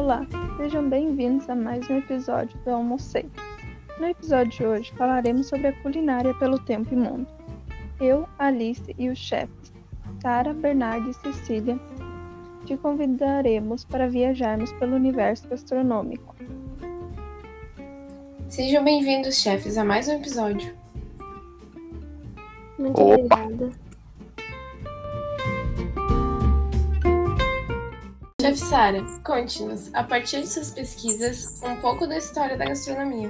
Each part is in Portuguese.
Olá, sejam bem-vindos a mais um episódio do Almocei. No episódio de hoje falaremos sobre a culinária pelo tempo e mundo. Eu, Alice e os chefes, Sara, Bernardo e Cecília, te convidaremos para viajarmos pelo universo gastronômico. Sejam bem-vindos, chefes, a mais um episódio. Muito obrigada. Chefe Sara, conte-nos, a partir de suas pesquisas, um pouco da história da gastronomia.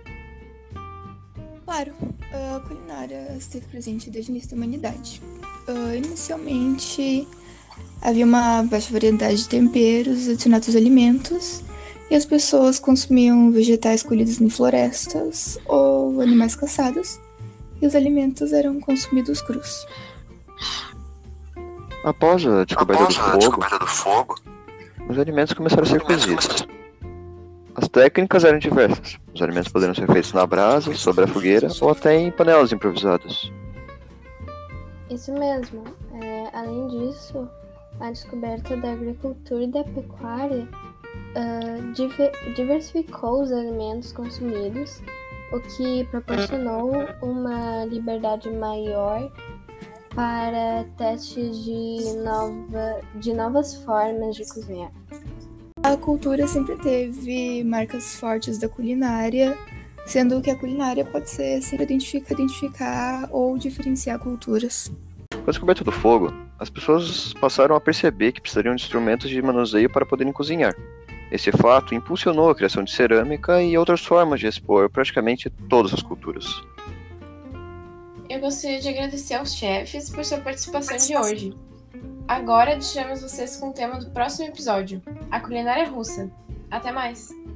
Claro, a culinária esteve presente desde o início da humanidade. Inicialmente, havia uma vasta variedade de temperos adicionados aos alimentos, e as pessoas consumiam vegetais colhidos em florestas ou animais caçados, e os alimentos eram consumidos crus. Após a descoberta do fogo, os alimentos começaram a ser cozidos. As técnicas eram diversas. Os alimentos poderiam ser feitos na brasa, sobre a fogueira ou até em panelas improvisadas. Isso mesmo. Além disso, a descoberta da agricultura e da pecuária diversificou os alimentos consumidos, o que proporcionou uma liberdade maior para testes de novas formas de cozinhar. A cultura sempre teve marcas fortes da culinária, sendo que a culinária pode ser sempre identificar ou diferenciar culturas. Com a descoberta do fogo, as pessoas passaram a perceber que precisariam de instrumentos de manuseio para poderem cozinhar. Esse fato impulsionou a criação de cerâmica e outras formas de expor praticamente todas as culturas. Eu gostaria de agradecer aos chefes por sua participação de hoje. Agora deixamos vocês com o tema do próximo episódio, a culinária russa. Até mais!